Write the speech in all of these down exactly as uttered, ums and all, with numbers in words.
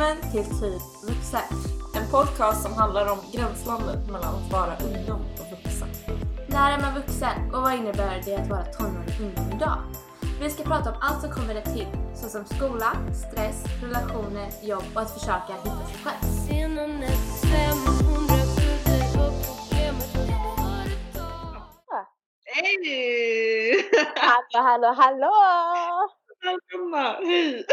Välkommen till Typ vuxen. En podcast som handlar om gränslandet mellan att vara ungdom och vuxen. När är man vuxen och vad innebär det att vara tonårig ungdom idag? Vi ska prata om allt som kommer det till, såsom skola, stress, relationer, jobb och att försöka hitta sig själv. Hej! Hallå, hallå, hallå! Välkomna, hej!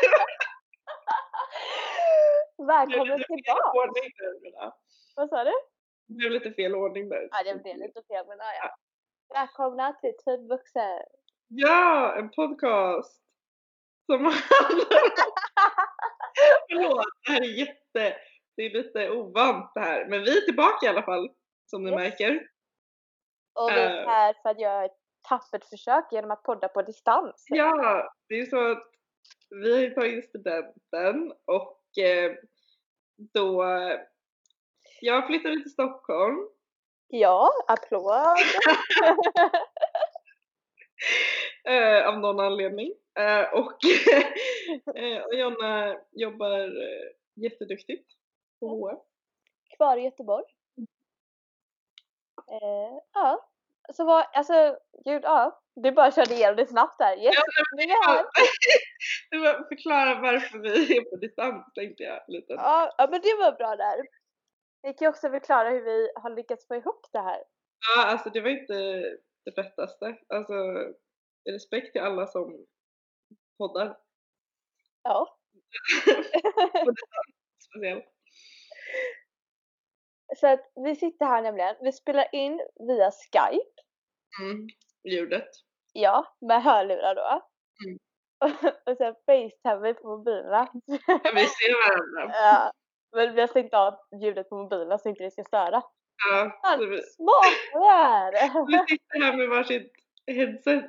Välkommen tillbaka! Ordning där, Vad sa du? det blev lite fel ordning där. Ja, det blev lite fel, men ja, ja. Välkomna till Typ vuxen. Ja, en podcast som handlar om... Förlåt, det här är jätte... Det är lite ovant det här. Men vi är tillbaka i alla fall, som ni Yes. märker. Och vi är Uh. här för att göra ett tappert försök genom att podda på distans. Ja, det är så att vi har ju tagit studenten och eh, då... Jag flyttade till Stockholm. Ja, applåd! uh, av någon anledning. Uh, och, uh, och Jonna jobbar uh, jätteduktigt på H F. Kvar i Göteborg. Uh, ja. Så vad, alltså, gud, ja. Du bara körde igenom det snabbt här. Yes, ja, det här. Det var förklara varför vi är på distans, tänkte jag lite. Ja, ja, men det var bra där. Vi kan också förklara hur vi har lyckats få ihop det här. Ja, alltså det var inte det lättaste. Alltså, respekt till alla som poddar. Ja. Speciellt. Så att vi sitter här nämligen. Vi spelar in via Skype. Mm, ljudet. Ja, med hörlurar då. Mm. Och sen FaceTime vi på mobilerna. Ja, vi ser varandra. Ja, men vi har stängt av ljudet på mobilerna så inte det ska störa. Ja, så vi, Smart här! vi sitter här med varsitt headset.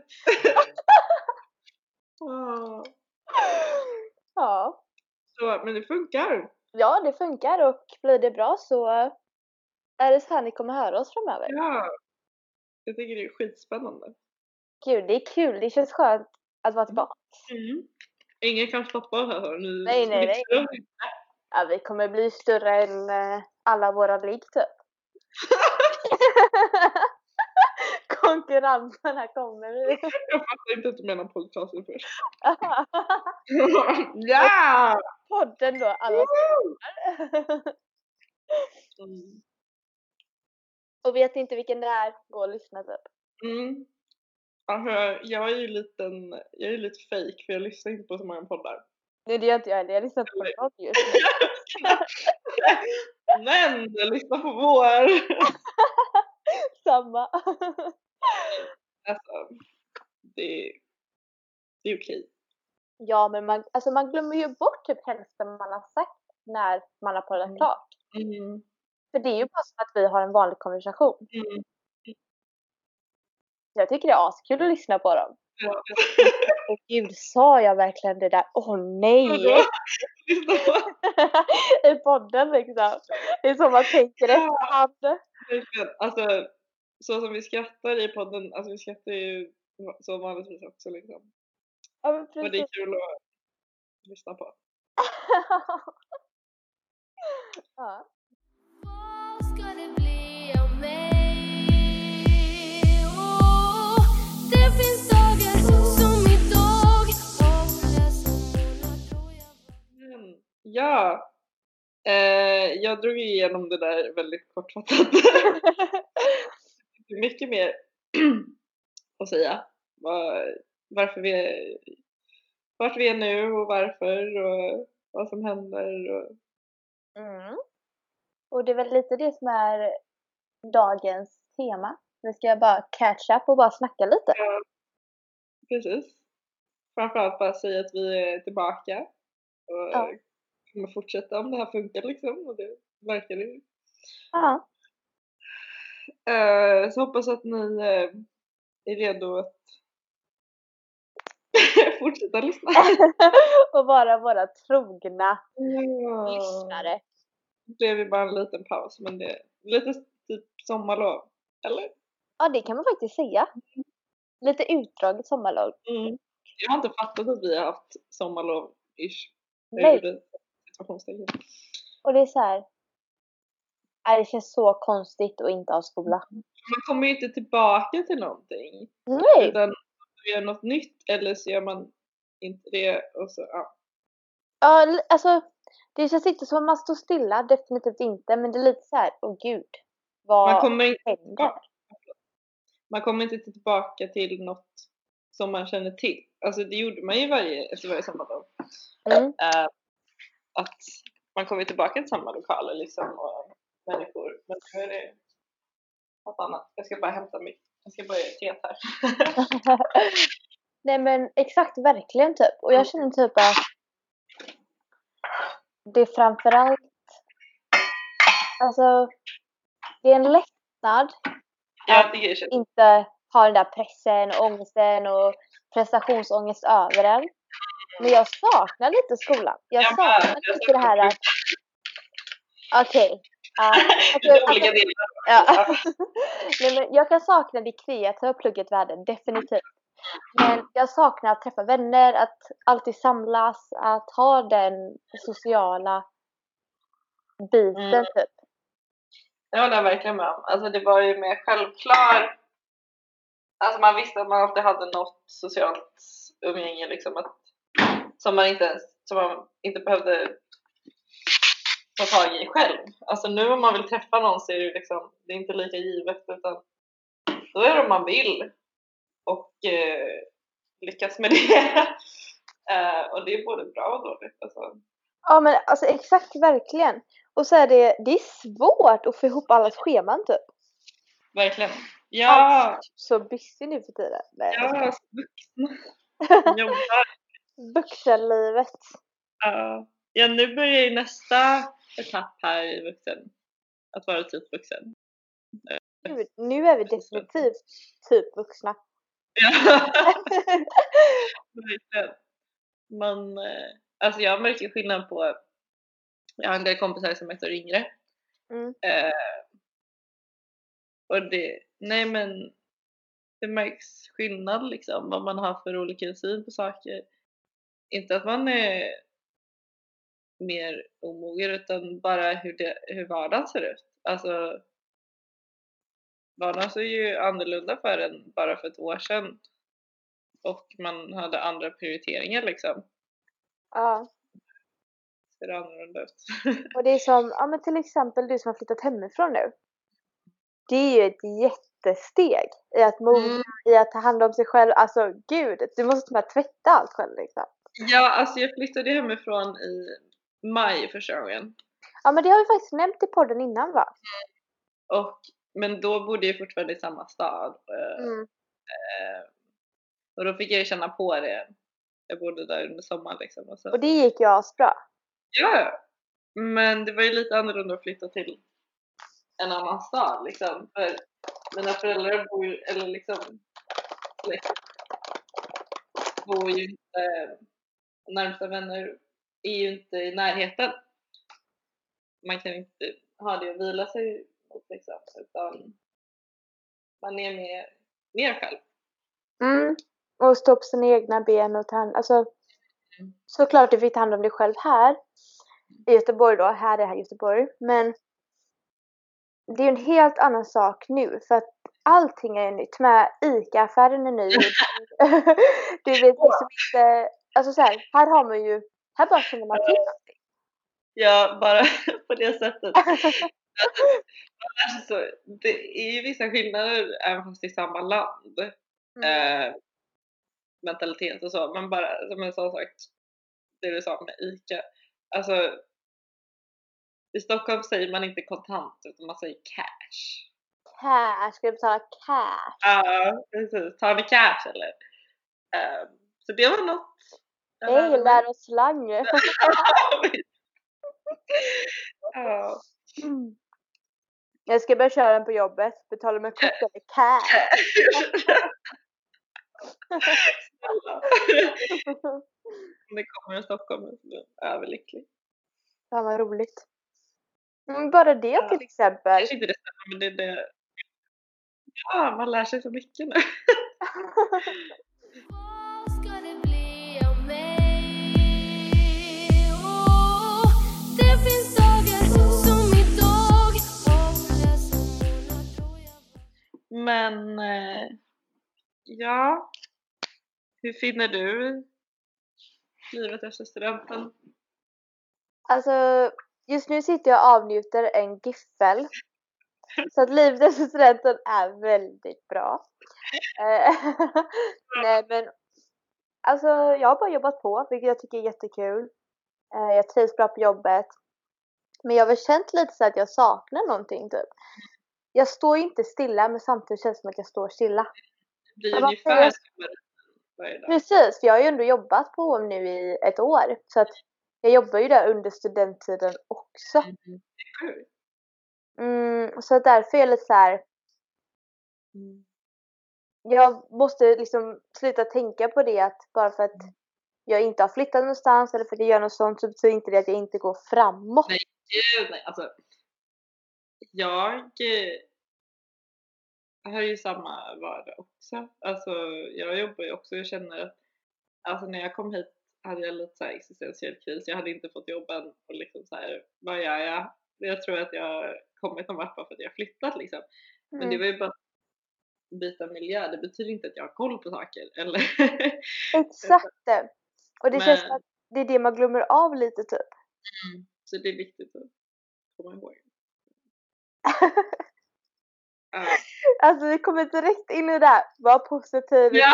Oh. Ja. Så, men det funkar. Ja, det funkar och blir det bra så är det så här ni kommer höra oss framöver. Ja, jag tycker det är skitspännande. Gud, det är kul. Det känns skönt att vara tillbaka. Mm. Ingen kan stoppa oss här. Nu Nej, nej, nej. Ja, vi kommer bli större än uh, alla våra ligg typ. Konkurrensen här kommer vi. Jag fattar inte att du menar podcasten först. Ja! Podden då, alla mm. Och vet inte vilken det är, gå och lyssna typ. Mm. Alltså, jag är ju liten, jag är ju lite fake för jag lyssnar inte på så många poddar. Nej, det gör inte jag heller. Jag lyssnar på Eller... podd just nu. Men jag lyssnar på vår. Samma. Alltså, det, det är okej. Ja, men man, alltså man glömmer ju bort typ hälften man har sagt när man har poddat Mm. klart. Mm. För det är ju bara så att vi har en vanlig konversation. Mm. Jag tycker det är askul att lyssna på dem. Ja. Och gud, sa jag verkligen det där? Åh oh, nej! Lyssna på. I podden liksom. Det är som man tänker efterhand. Alltså, så som vi skrattar i podden, alltså vi skrattar ju så vanligtvis också liksom. Ja, men precis. Och det är kul att lyssna på. Ja. Vad ska det bli av mig? Oh, det finns dagar som idag. Men, ja. Eh, jag drog igenom det där väldigt kortfattat. Mycket mer att säga. Var, varför vi är, vart vi är nu och varför och vad som händer. Och... Mm. Och det är väl lite det som är dagens tema. Vi ska bara catch up och bara snacka lite. Ja, precis. Framförallt bara säga att vi är tillbaka. Och ja. kommer fortsätta om det här funkar liksom. Och det verkar det. Ja. Uh, så hoppas att ni uh, är redo att fortsätta lyssna. Och vara våra trogna ja. lyssnare. Det blev ju bara en liten paus, men det är lite typ sommarlov, eller? Ja, det kan man faktiskt säga. Lite utdraget sommarlov. Mm. Jag har inte fattat att vi har haft sommarlov-ish. Nej. situationstecken. Och det är så här. Nej, det känns så konstigt att inte ha skola. Man kommer ju inte tillbaka till någonting. Nej. Utan man gör något nytt eller så gör man inte det och så, ja. Ja, l- alltså det känns inte som att man står stilla, definitivt inte. Men det är lite så här, åh gud, vad Man kommer inte händer? man kommer inte tillbaka till något som man känner till. Alltså det gjorde man ju varje, efter varje sommarlov. Mm. Uh, att man kommer tillbaka till samma lokaler liksom och människor. Men nu är det något annat. Jag ska bara hämta mig. Jag ska börja ett teet här. Nej men exakt, verkligen typ. Och jag känner typ att det är framförallt, alltså det är en lättnad Jag tycker det känns. inte ha den där pressen och ångesten och prestationsångest över en. Men jag saknar lite skolan. Jag Jag saknar med. Jag lite det här att okej. ja, Det är okej, olika alltså, delar. ja. Nej, men jag kan sakna det kreativa plugget världen, definitivt. Men jag saknar att träffa vänner, att alltid samlas, att ha den sociala biten Mm. typ. Det håller jag verkligen med om. Alltså det var ju mer självklar. Alltså man visste att man alltid hade något socialt umgänge liksom att, som man inte ens, som man inte behövde ta tag i själv. Alltså nu om man vill träffa någon så är det liksom, det är inte lika givet utan då är det om man vill och eh, lyckas med det. eh, och det är både bra och dåligt. Alltså. Ja men alltså exakt, verkligen. Och så är det, det är svårt att få ihop allas scheman typ. Verkligen. Ja, Allt så busy nu för tiden. Nej, ja, vuxna jobbar. vuxenlivet. Ja. Ja, nu börjar ju nästa etapp här i vuxen. Att vara typ vuxen. Gud, nu är vi definitivt typ vuxna. Ja. Verkligen. Man, eh, alltså jag märker skillnad på, jag har en del kompisar som är ett år yngre. Mm. Eh, och det, nej men det märks skillnad liksom vad man har för olika syn på saker. Inte att man är mer omogen utan bara hur, det, hur vardagen ser ut. Alltså vardagen ser ju annorlunda för en bara för ett år sedan. Och man hade andra prioriteringar liksom. Ja. Ser det annorlunda ut. Och det är som, ja men till exempel du som har flyttat hemifrån nu. Det är ju ett jättesteg i att mogna, Mm. i att ta hand om sig själv. Alltså gud, du måste bara tvätta allt själv liksom. Ja, alltså jag flyttade hemifrån i maj första gången. Ja men det har vi faktiskt nämnt i podden innan va? Och, men då bodde jag fortfarande i samma stad. eh, Mm. eh, Och då fick jag ju känna på det. Jag bodde där under sommaren liksom. Och så. Och det gick ju asbra. Ja, men det var ju lite annorlunda att flytta till en annan stad liksom. För mina föräldrar bor ju, eller liksom släkt bor ju inte, närmsta vänner är ju inte i närheten. Man kan inte ha det att vila sig mot liksom, utan man är mer, mer själv. Mm. Och stå på sina egna ben och ta hand, alltså Mm. såklart du fick ta hand om dig själv här i Göteborg då, här är här i Göteborg, men det är ju en helt annan sak nu för att allting är nytt, med ICA-affären är ny. Du vet liksom inte, alltså så här, här har man ju, här bara känner man till någonting. Ja, bara på det sättet. Alltså, det är ju vissa skillnader även fast i samma land. Mm. Eh, mentalitet och så. Men bara som en sån sak, det du sa med ICA. Alltså, i Stockholm säger man inte kontant utan man säger cash. Cash, ska du betala cash? Ja, precis. Tar ni cash eller? Eh, så det var något. jag Jag lärde mig. gillar och slang. Ja. Mm. Jag ska börja köra den på jobbet. Betala med kort eller cash. Snälla. Om det kommer i Stockholm så blir jag överlycklig. Fan vad roligt. Mm, bara det Ja. till exempel. Kanske inte det stämmer, men det är det. Ja, man lär sig så mycket nu. Vad ska det bli av mig? Oh, Ja, hur finner du livet efter studenten? Alltså, just nu sitter jag och avnjuter en giffel. Så att livet efter studenten är väldigt bra. Eh, Nej men, alltså jag har bara jobbat på, vilket jag tycker är jättekul. Eh, Jag trivs bra på jobbet. Men jag har väl känt lite så att jag saknar någonting typ. Jag står ju inte stilla, men samtidigt känns det som att jag står stilla. Det blir Ja, vad ungefär säger- som varje dag. Precis, för jag har ju ändå jobbat på H M nu i ett år. Så att jag jobbar ju där under studenttiden också. Mm. Det är kul. Mm, så att därför är jag lite så här. Mm. Jag måste liksom sluta tänka på det, att bara för att jag inte har flyttat någonstans eller för att jag gör något sånt, så betyder inte det att jag inte går framåt. Nej. Gud, nej, alltså. Jag eh, har ju samma vardag också. Alltså, jag jobbar ju också. Jag känner att alltså, när jag kom hit hade jag lite så här existentiell kris. Jag hade inte fått jobba och liksom så här, vad gör jag? Jag tror att jag har kommit någon vart bara för att jag har flyttat liksom. Men det Mm. var ju bara att byta miljö. Det betyder inte att jag har koll på saker. Eller Exakt det. Och det Men- känns som att det är det man glömmer av lite typ. Så det är viktigt att komma ihåg. Ja. Alltså vi kommer direkt in i det här. Var positiv. Ja.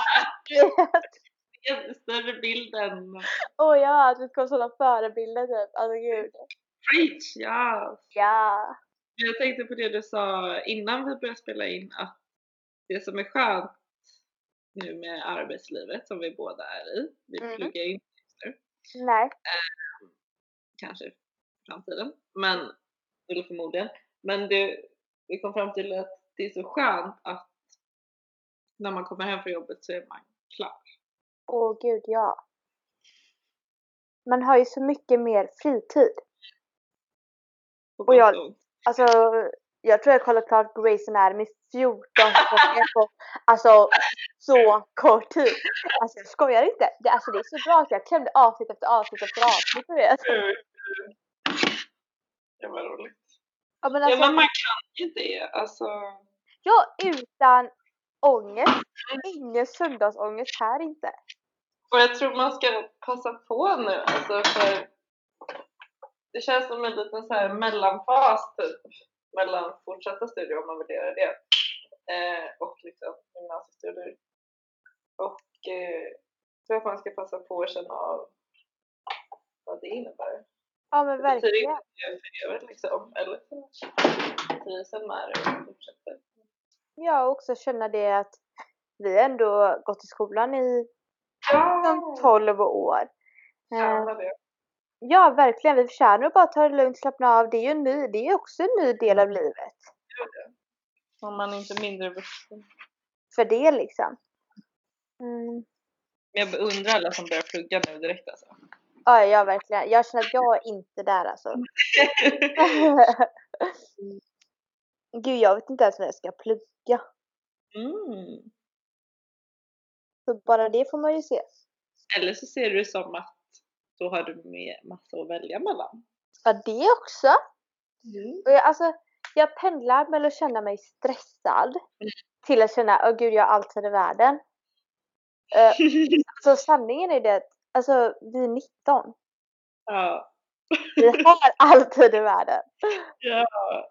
En större bilden. Åh ja, att vi ska ha sådana förebilder typ. Alltså gud. Preach, ja. Ja. Jag tänkte på det du sa innan vi började spela in, att det som är skönt nu med arbetslivet som vi båda är i, vi Mm. pluggar ju inte just nu, Nej. kanske i framtiden, men, eller förmodligen, men det, vi kom fram till att det är så skönt att när man kommer hem från jobbet så är man klar. Åh gud ja. Man har ju så mycket mer fritid. På Och jag- gott och ont. Alltså, jag tror jag kollar klart Grey's Anatomy fjorton gånger på, alltså, så kort tid. Alltså jag skojar inte. Det, alltså det är så bra att jag klämde avsnitt efter avsnitt efter avsnitt, du vet. Det var roligt. Ja men Ja, alltså, men man kan ju det, alltså. ja, utan ångest. Ingen söndagsångest här inte. Och jag tror man ska passa på nu, alltså för det känns som en liten så här mellanfas typ, mellan fortsatta studier om man vill göra det eh, och liksom gymnasiestudier. Och eh, tror att man ska passa på att känna av vad det innebär. Ja men Det betyder verkligen. inte att jag för liksom, eller så trivs med det och fortsätter. Jag också känna det att vi ändå gått i skolan i Ja, tolv år. Eh, ja, det. Ja, verkligen. Vi förtjänar att bara ta det lugnt, slappna av. Det är ju en ny, det är ju också en ny del av livet. Om man inte är mindre vuxen. För det liksom. Mm. Men jag beundrar alla som börjar plugga nu direkt alltså. Ja, ja, verkligen. Jag känner att jag är inte där alltså. Gud, jag vet inte ens när jag ska plugga. Mm. Så bara det får man ju se. Eller så ser du det som att då har du med massa att välja mellan. Ja, det också. Mm. Och jag, alltså, jag pendlar mellan att känna mig stressad till att känna, åh gud, jag har allt i världen. Uh, så sanningen är det att alltså, vi är nitton. Ja. Vi har alltid i världen. Ja.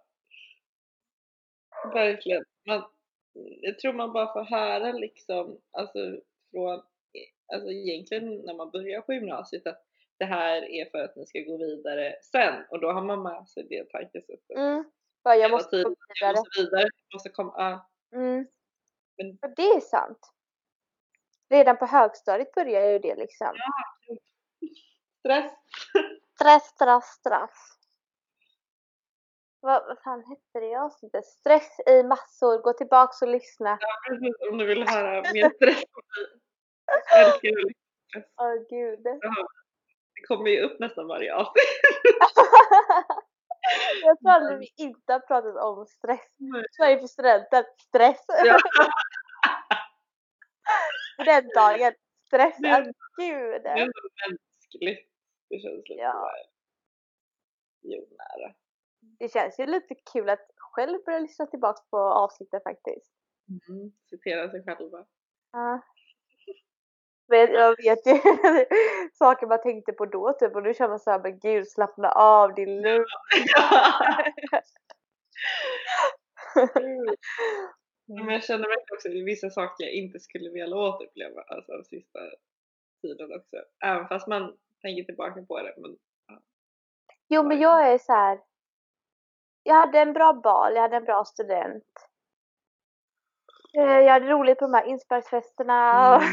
Verkligen. Man, jag tror man bara får höra liksom, alltså från, alltså egentligen när man börjar på gymnasiet att det här är för att ni ska gå vidare sen, och då har man med sig det tankesättet. Mm. Bara, jag Hela måste tiden. gå Jag vidare. måste vidare, jag måste komma, ja. Mm. Men- Och det är sant. Redan på högstadiet börjar ju det liksom. Stress. Stress, stress, stress. Vad, vad fan hette det i avsnittet? Stress i massor. Gå tillbaks och lyssna. Precis, om du vill höra mer stress på mig. Jag älskar ju stress. Åh gud. Det kommer ju upp nästan varje avsnitt. Jag tror aldrig vi inte har pratat om stress. Nej. Sverige för studenten. Stress. Ja. Studentdagen. Stress. Det- Alltså gud. Det är ändå mänskligt. Det känns lite Ja. såhär jordnära. Det känns ju lite kul att själv börja lyssna tillbaks på avsnittet faktiskt. Mm, citera sig själva. Ja. Men jag vet ju saker man tänkte på då typ och nu känner man såhär, men gud slappna av din lugn. Men jag känner verkligen också att det är vissa saker jag inte skulle vilja återuppleva alltså av sista tiden också. Även fast man tänker tillbaka på det. Men, ja. Jo men jag är så här. Jag hade en bra bal, jag hade en bra student. Eh, Jag hade roligt på de här inspelningsfesterna. Och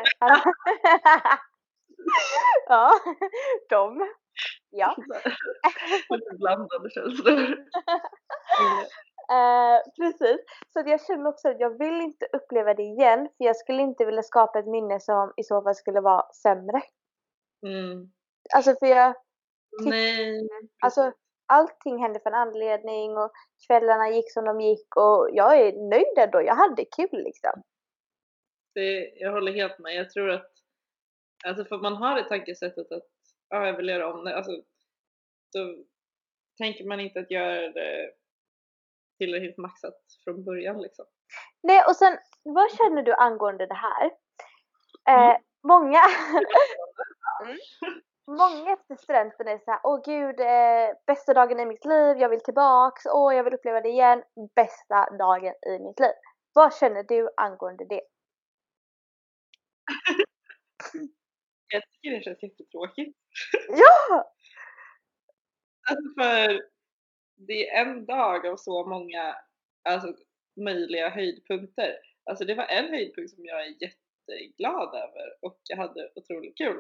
ja, de. Ja. Lite blandade känslor. Eh, precis. Så att jag känner också att jag vill inte uppleva det igen. För jag skulle inte vilja skapa ett minne som i så fall skulle vara sämre. Mm. Alltså för jag, Nej. alltså allting hände för en anledning och kvällarna gick som de gick och jag är nöjd ändå. Jag hade kul liksom. Det, jag håller helt med. Jag tror att alltså för man har det tankesättet att ja, jag vill göra om det. Alltså, då tänker man inte att göra det tillräckligt maxat från början liksom. Nej, och sen vad känner du angående det här? Eh, Mm. Många mm. Många efter studenten är så här, åh gud, eh, bästa dagen i mitt liv, jag vill tillbaks, åh jag vill uppleva det igen, bästa dagen i mitt liv. Vad känner du angående det? Jag tycker det känns jättetråkigt. Ja! Alltså för det är en dag av så många alltså, möjliga höjdpunkter. Alltså det var en höjdpunkt som jag är jätteglad över och jag hade otroligt kul.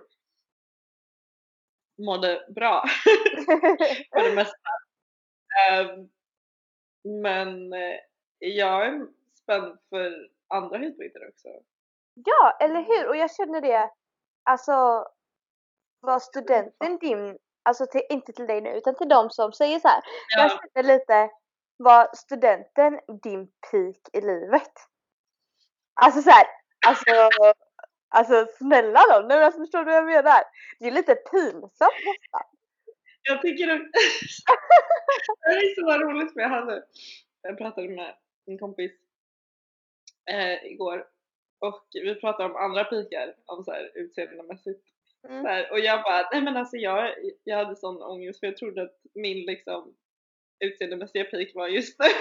Mådde bra för det mesta. Um, men eh, jag är spänd för andra höjdpunkter också. Ja, eller hur? Och jag känner det, alltså var studenten din, alltså till, inte till dig nu utan till dem som säger så här. Ja. Jag känner lite, var studenten din peak i livet? Alltså så här, alltså, alltså snälla då, nu alltså, förstår du vad jag menar? Det är lite pinsamt nästan. Jag tycker att det är så roligt för jag hade jag pratade med min kompis eh, igår och vi pratade om andra pikar om så här utseendemässigt. Mm. Så här, och jag bara, nej men alltså jag, jag hade sån ångest för jag trodde att min liksom utseendemässiga pik var just nu.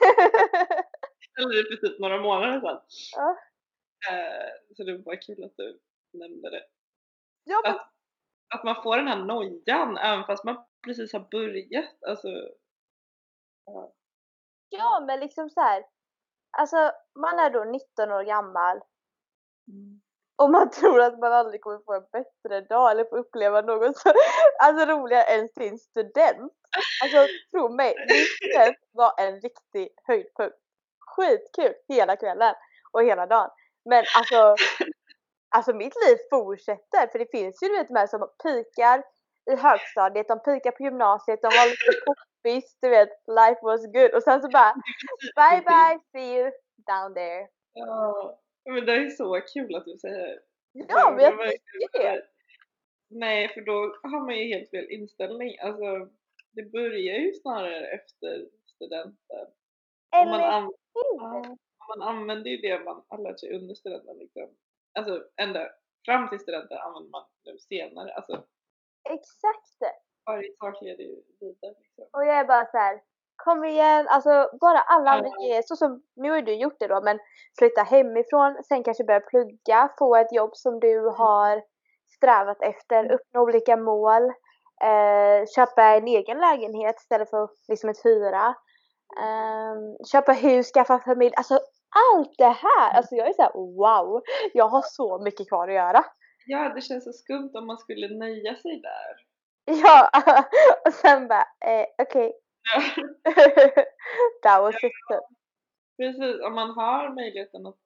Eller för typ några månader sedan. Ja. Eh, så det var bara kul att du nämnde det. Ja, men... Att, att man får den här nojan även fast man precis har börjat. Alltså, ja. ja, men liksom så här. Alltså man är då nitton år gammal. Mm. Och man tror att man aldrig kommer få en bättre dag eller få uppleva något så alltså, roligare än sin student. Alltså tro mig, min student var en riktig höjdpunkt. Skitkul hela kvällen och hela dagen. Men alltså, alltså mitt liv fortsätter. För det finns ju du vet de här som pikar i högstadiet, de pikar på gymnasiet, de har lite poppis, du vet, life was good. Och sen så bara, bye bye, see you down there. Ja, men det är så kul att du säger. Ja, men jag tycker det. Nej, för då har man ju helt fel inställning. Alltså, det börjar ju snarare efter studenten. Eller man, an- inte. man använder ju det man har lärt sig under studenten. Liksom. Alltså, ända fram till studenten använder man nu senare. Alltså, exakt. varje sak leder ju vidare. Liksom. Och jag är bara så här, kom igen, alltså bara alla andra grejer, så som, nu har du gjort det då, men flytta hemifrån, sen kanske börja plugga, få ett jobb som du har strävat efter, uppnå olika mål, eh, köpa en egen lägenhet istället för liksom ett hyra, eh, köpa hus, skaffa familj, alltså allt det här, alltså jag är så här, wow, jag har så mycket kvar att göra. Ja, det känns så skumt om man skulle nöja sig där. Ja, och sen bara, eh, okej. Okay. Ja. That was it. Ja, precis, om man har möjligheten att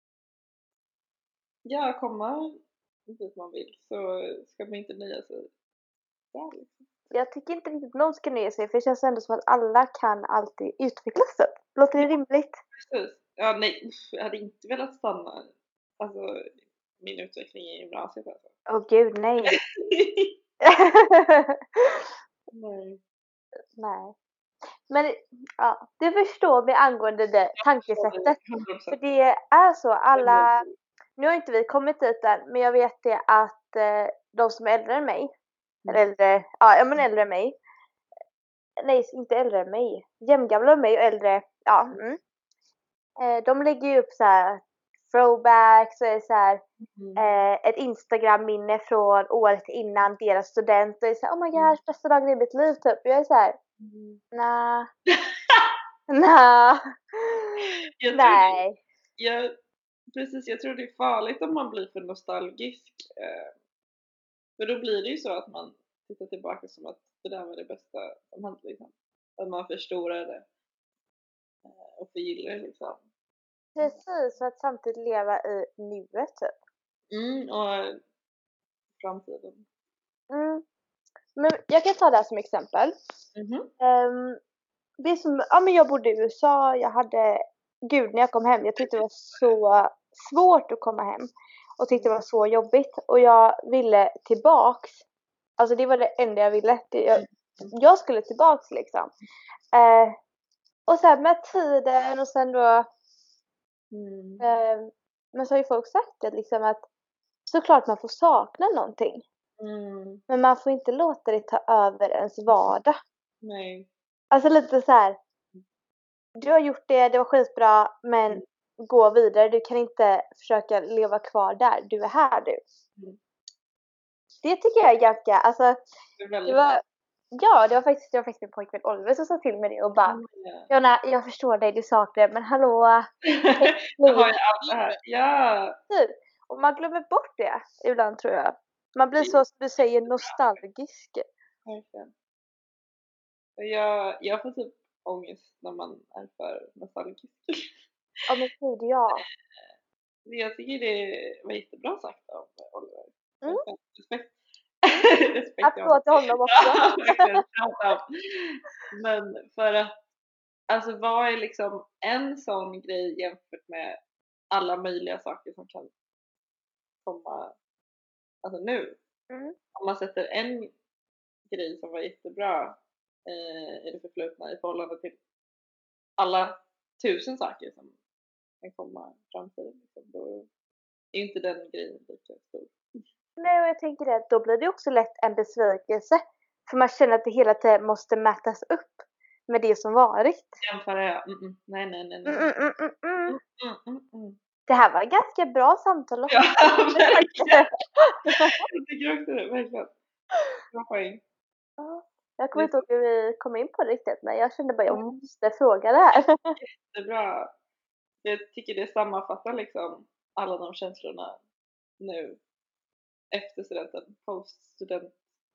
ja, komma dit man vill så ska man inte nöja sig där. Liksom. Jag tycker inte riktigt någon ska nöja sig, för det känns ändå som att alla kan alltid utvecklas. Låter det rimligt? Precis. Ja, nej, jag hade inte velat stanna alltså, min utveckling i gymnasiet. Alltså. Åh oh, gud, nej. nej. Nej. Men ja, du förstår mig angående det tankesättet. hundra procent. För det är så, alla, nu har inte vi kommit dit än, men jag vet det att eh, de som är äldre än mig, eller äldre, ja men äldre än mig, nej inte äldre än mig, jämngamla än mig och äldre, ja, mm. eh, de lägger ju upp så här throwbacks och så här, Mm. eh, ett Instagram-minne från året innan deras student och är så här, oh my gosh, bästa dagen i mitt liv typ. Och jag är så här, Mm. nah, nah, Jag tror nej. Det, jag, precis, jag tror det är farligt om man blir för nostalgisk. Eh, för då blir det ju så att man tittar tillbaka som att det där var det bästa som hänt liksom. Att man förstorar det eh, och förgillar det liksom. Precis, för att samtidigt leva i nuet typ. Mm, och framtiden. Mm. Men jag kan ta det här som exempel. Mhm. Um, det är som, ja men jag bodde i U S A, jag hade, gud när jag kom hem, jag tyckte det var så svårt att komma hem. Och tyckte det var så jobbigt. Och jag ville tillbaks. Alltså det var det enda jag ville. Det, jag, jag skulle tillbaks liksom. Uh, och sen med tiden och sen då Mm. uh, men så har ju folk sagt det liksom att såklart man får sakna någonting. Mm. Men man får inte låta det ta över ens vardag. Nej. Alltså lite så här. Du har gjort det, det var skitbra. Men Mm. gå vidare. Du kan inte försöka leva kvar där. Du är här du. Mm. Det tycker jag är ganska, alltså. Det är väldigt Det var, ja, det var faktiskt, det var faktiskt min pojkvän Oliver som sa till mig det. Och bara, Mm, ja. Jonna, jag förstår dig, du saknar det. Men hallå. Jag har ju allt det här. Ja. Typ. Och man glömmer bort det ibland tror jag. Man blir så som du säger nostalgisk. Verkligen. Jag, jag får typ ångest när man är för nostalgisk. Ja men gud ja. Jag tycker det var jättebra sagt av Oliver. Mm. Respekt. Respekt. Applåd till honom också. Ja, verkligen. Men för att, alltså vad är liksom en sån grej jämfört med alla möjliga saker som kan komma alltså nu. Mm. Om man sätter en grej som var jättebra eh, i det förflutna i förhållande till alla tusen saker som kan komma i framtiden. Liksom, då är inte den grejen lika stor. Nej, och jag tänker det, då blir det också lätt en besvikelse. För man känner att det hela tiden måste mätas upp med det som varit. Jämföra, ja. Mm, mm. Nej, nej, nej. nej. Mm, mm, mm, mm. Mm, mm, mm. Det här var ganska bra samtal också. Ja, verkligen. Jag tycker också det, verkligen. Bra poäng. Jag kommer inte ihåg hur vi kom in på det riktigt, men jag kände bara jag måste fråga det här. Jättebra. Jag tycker det sammanfattar liksom alla de känslorna nu efter studenten, post-student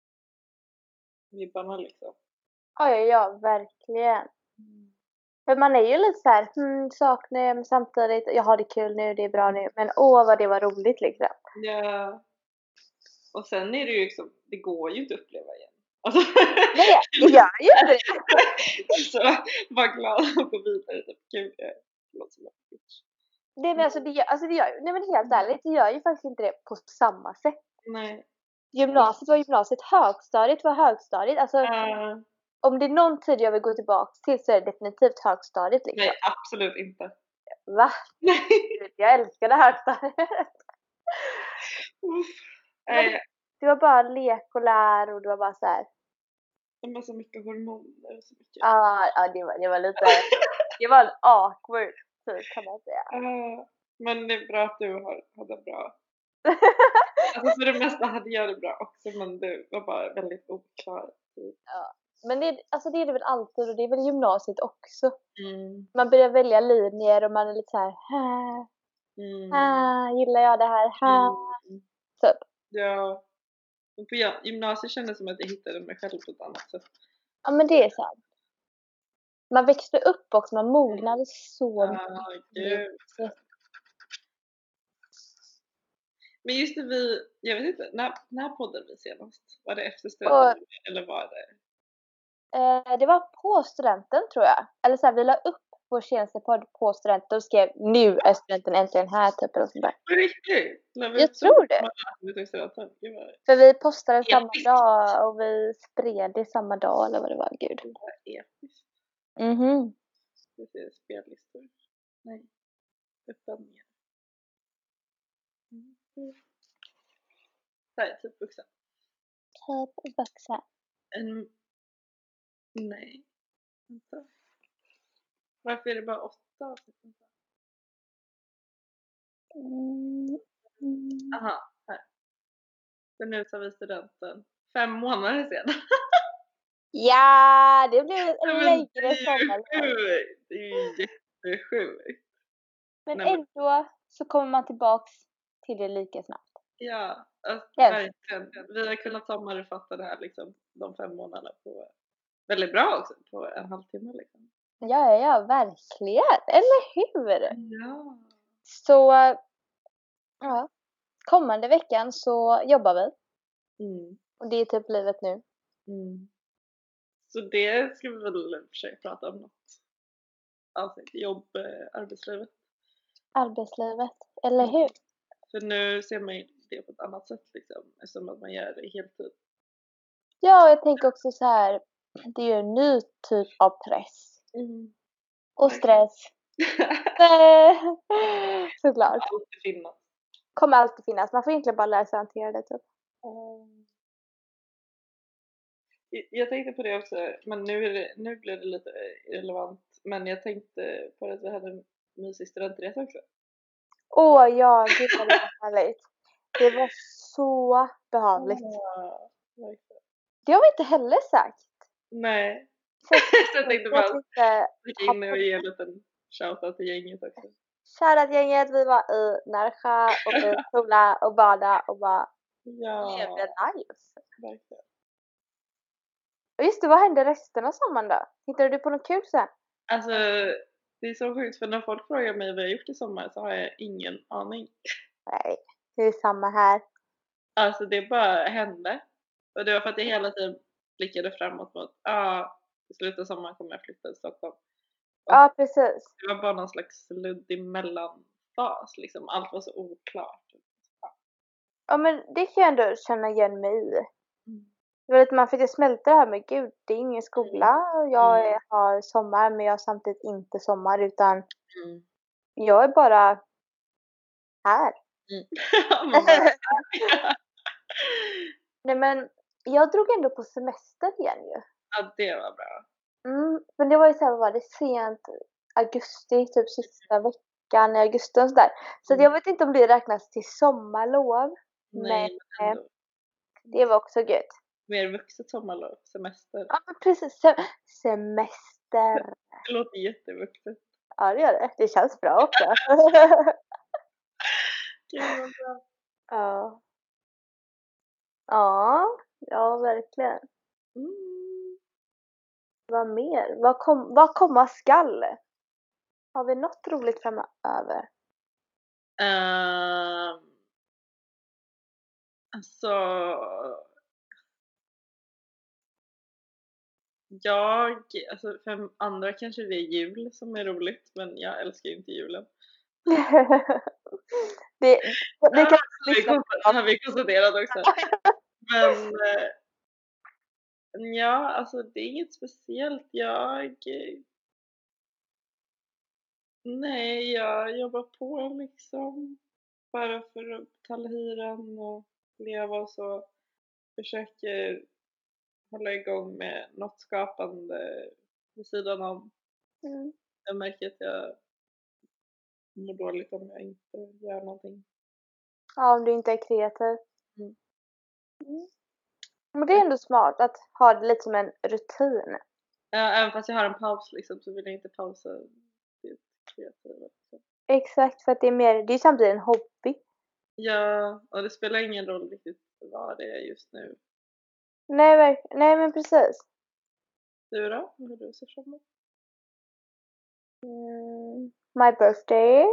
vibbarna liksom. Ja, ja, ja, verkligen. För man är ju lite så här, hmm, saknar jag, men samtidigt, jag har det kul nu, det är bra nu, men åh vad det var roligt liksom. Ja. Och sen är det ju liksom, det går ju inte att uppleva igen. Alltså, Nej, det gör ju inte det. så var glad att gå vidare. Typ. Gud, det låter som en bitch. Det, men alltså, det gör, alltså det gör, nej men helt ärligt, det gör ju faktiskt inte det på samma sätt. Nej. Gymnasiet var gymnasiet, högstadiet var högstadiet. Alltså Uh, om det är någon tid jag vill gå tillbaka till så är det definitivt högstadiet liksom. nej, absolut inte. Va? Jag älskade högstadiet. Uff. Men Nej, det var bara lek och lär och det var bara så här. det var så mycket hormoner och så mycket. Ja, ja det, var, det var lite, det var en awkward tid kan man säga. Uh, men det är bra att du har, hade bra. Alltså för det mesta hade jag det bra också, men det var bara väldigt oklar tid. Ja. Men det, alltså det är det väl alltid och det är väl gymnasiet också. Mm. Man börjar välja linjer och man är lite så här, här, Mm. här gillar jag det här, här. Mm. Typ. Ja. Och på ja- gymnasiet kändes som att jag hittade mig själv på ett annat sätt. Ja men det är sant. Man växte upp också, man mognade så Ah, gud. Men just det, vi, jag vet inte, när, när poddade vi senast? Var det efter studenten eller var det? Eh, det var på studenten tror jag. Eller så här, vi la upp vår senaste podd på studenten och skrev nu är studenten äntligen här typ eller sånt där. På riktigt? När vi Jag upp- tror det. vi tog studenten. Gud, vad För vi postade samma Episkt. dag och vi spred det samma dag eller vad det var, gud. episkt. Mhm. Det ser spellistor. Nej. Uppvärmningar. Mm. Nej, typ vuxen. Typ vuxen. En... Nej. Vänta. Varför är det bara åtta avsnitt? Mm. Mm. Aha, här. För nu tar vi studenten. Fem månader sedan. Ja, det blev en Men längre det är ju sommarlov. sjukt. Det är ju jättesjukt. Men Nej, men- ändå så kommer man tillbaks till det lika snabbt. Ja, alltså, Yes. verkligen. Vi har kunnat sommarfatta det här liksom, de fem månaderna på väldigt bra också, på en halvtimme liksom. Ja, ja, ja, verkligen. Eller hur? Ja. Så, ja. Kommande veckan så jobbar vi. Mm. Och det är typ livet nu. Mm. Så det ska vi väl försöka prata om något. Alltså jobb, eh, arbetslivet. Arbetslivet. Eller hur? För nu ser man ju det på ett annat sätt liksom, eftersom att man gör det heltid. Ja, jag tänker också så här. Det är ju en ny typ av press. Mm. Och Verkligen. stress. Eh, Såklart. Alltid finnas. Kommer alltid finnas. Man får egentligen bara lära sig hantera det typ. Mm. Jag- Jag tänkte på det också, men nu, är det, nu blir det lite irrelevant. Men jag tänkte på att vi hade en mysig studentresa också. Åh ja, gud vad det var härligt. Det var så behagligt. Ja, verkligen. Det har vi inte heller sagt. Nej, Så så jag tänkte jag bara tänkte, sticka in och ge en liten shoutout till gänget också. shoutout gänget, vi var i Närsjö och vi sola och bada och bara Ja, levde nice. verkligen. Och just det, vad hände resten av sommaren då? Hittade du på något kul sen? Alltså, det är så sjukt för när folk frågar mig vad jag har gjort i sommar så har jag ingen aning. Nej, det är samma här. Alltså det bara hände. Och det var för att jag hela tiden blickade framåt mot, ja, ah, i slutet av sommaren kommer jag flytta till Stockholm. Ja, precis. Det var bara någon slags luddig mellanfas liksom, allt var så oklart. Ja, men det kan jag ändå känna igen mig i. Mm. Det var lite, man fick smälta det här med gud, det är ingen skola. Jag Mm. är, har sommar, men jag har samtidigt inte sommar, utan Mm. jag är bara här. Mm. Man bara, Nej, men jag drog ändå på semester igen ju. ja, det var bra. Mm, men det var ju så här, vad var det, sent augusti, typ sista veckan i augusti och sådär. Så att Mm. jag vet inte om det räknas till sommarlov. Nej, men ändå. Det var också gött. Mer vuxet sommarlov, semester. Ja, men precis. Sem- semester. Det låter jättevuxet. Ja, det gör det. Det känns bra också. Gud vad bra. Ja. Ja, ja, verkligen. Mm. Vad mer? Vad, kom, vad komma skall? Har vi något roligt framöver? Um, alltså, jag, alltså för andra kanske det är jul som är roligt, men jag älskar ju inte julen. det, det kan vi konstaterat, har vi konstaterat också. Men eh, ja, alltså det är inget speciellt. Jag nej, jag jobbar på liksom bara för att betala hyran och leva och så. Försöker hålla igång med något skapande vid sidan om. Mm. Jag märker att jag mår dåligt om jag inte gör någonting. Ja, om du inte är kreativ. Mm. Mm. Men det är ändå smart att ha det lite som en rutin. Ja, även fast jag har en paus liksom, så vill jag inte pausa det kreativa. Så. Exakt, för att det är mer, det är samtidigt en hobby. Ja, och det spelar ingen roll riktigt vad det är just nu. Nej, verk- nej men precis. Du då? Vad har du sett fram emot? Mm. My birthday.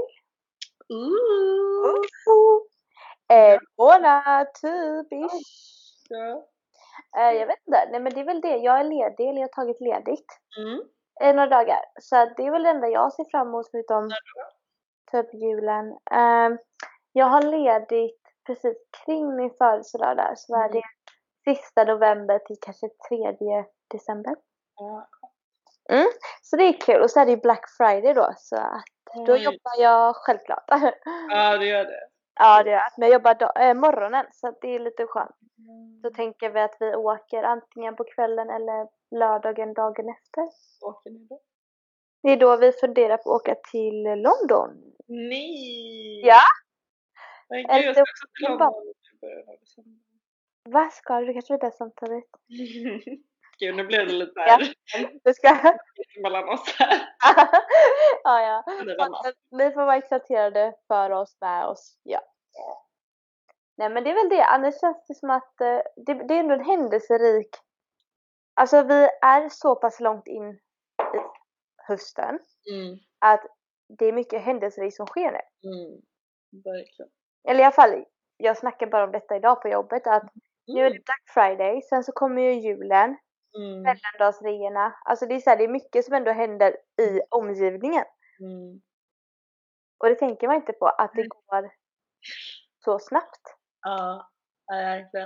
Ooh. En månad, typ ish. Ja. Eh, jag vet inte, nej men det är väl det. Jag är ledig, eller jag har tagit ledigt. Mm. Eh, några dagar. Så att det är väl det enda jag ser fram emot förutom typ julen. Eh, jag har ledigt precis kring min födelsedag där. Så är det sista november till kanske tredje december. Ja. Mm. Så det är kul. Och så är det ju Black Friday då. Så att då Oj. jobbar jag självklart. Ja, det gör det. Ja, det gör jag. Men jag jobbar dag- äh, morgonen. Så att det är lite skönt. Mm. Så tänker vi att vi åker antingen på kvällen eller lördagen dagen efter. Åker ni då? Det är då vi funderar på att åka till London. Nej! Ja. Men gud, Eller jag ska också till det var- London i början av december. Vad ska du? Du kanske vill det samtalet? Gud, nu blev det lite Ja. där Du ska... mellan oss här. ja, ja. Det var något. Ni får vara exalterade för oss, med oss. Ja. Nej, men det är väl det. Annars känns det som att eh, det, det är ändå en händelserik... Alltså vi är så pass långt in i hösten Mm, att det är mycket händelserikt som sker nu. mm, verkligen. Eller i alla fall, jag snackar bara om detta idag på jobbet. Att nu är Mm, det Black Friday, sen så kommer ju julen, mm, mellandagsreorna. Alltså det är, så här, det är mycket som ändå händer i omgivningen. mm. Och det tänker man inte på, att det går så snabbt. Ja, ja, verkligen.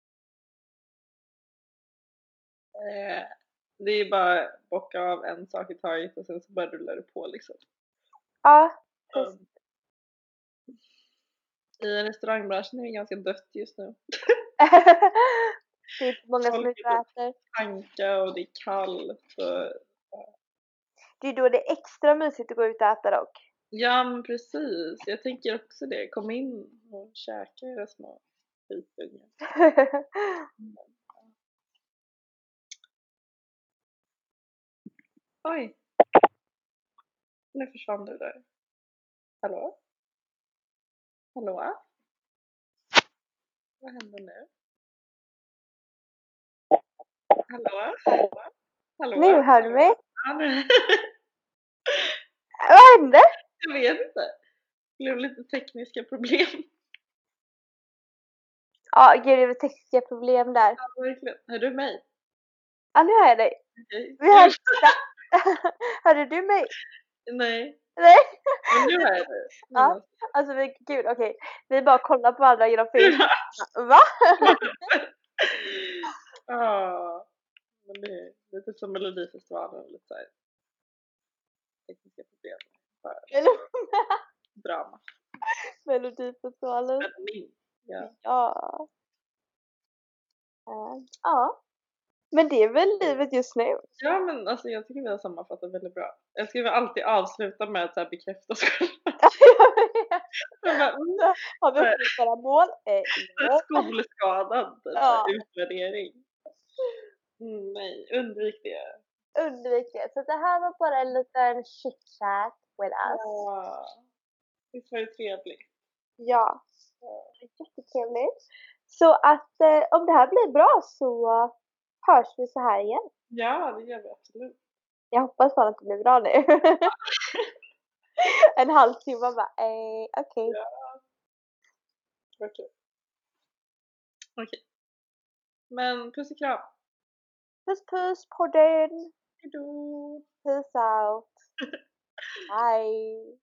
Eh, det är ju bara att bocka av en sak i taget och sen så bara rullar det på liksom. Ja, precis. Um, I restaurangbranschen är det ganska dött just nu. det är inte många som Folk är ute och äter. Tanka och det är kallt och... Det är då det är extra mysigt att gå ut och äta dock. Ja, men precis. Jag tänker också det. Kom in och käka era små skitungar. Oj. Nu försvann du där. Hallå? Hallå? Vad händer nu? Hallå? Hallå? Hallå? Nu hör du mig? Ja, nu. Vad hände? Jag vet inte. Det blev lite tekniska problem. Ja, gud, det var tekniska problem där. Ja, verkligen. Hör du mig? Ja, nu hör jag dig. Okej. Vi hörde Hörde du mig? Nej, Nej. men nu hör jag dig. Ja. Alltså, vi, gud, okej. Vi bara kollar på varandra genom film. Va? Ja, men det är lite som Melodifestivalen, lite såhär tekniska problem. Bara drama. Melodifestivalen. Spänning. Ja. Ja. Eh, Ja. Men det är väl livet just nu. Ja, men alltså jag tycker vi har sammanfattat väldigt bra. Jag ska alltid avsluta med att så här bekräfta oss själva. Jag bara, mm, Har vi uppnått våra mål? Eh, ja. skolskadad typ, Ja. utvärdering. Mm, nej, undvik det. Undvik det. Så det här var bara en liten chit-chat with us. Ja, visst var det trevligt. Ja. Jättetrevligt. Så att eh, om det här blir bra så hörs vi så här igen. Ja, det gör vi absolut. Jag hoppas bara att det blir bra nu. En halvtimme bara, eh, okej. Ja. Okej. Okej. Men puss och kram. Puss puss podden. Hejdå. Peace out. Bye.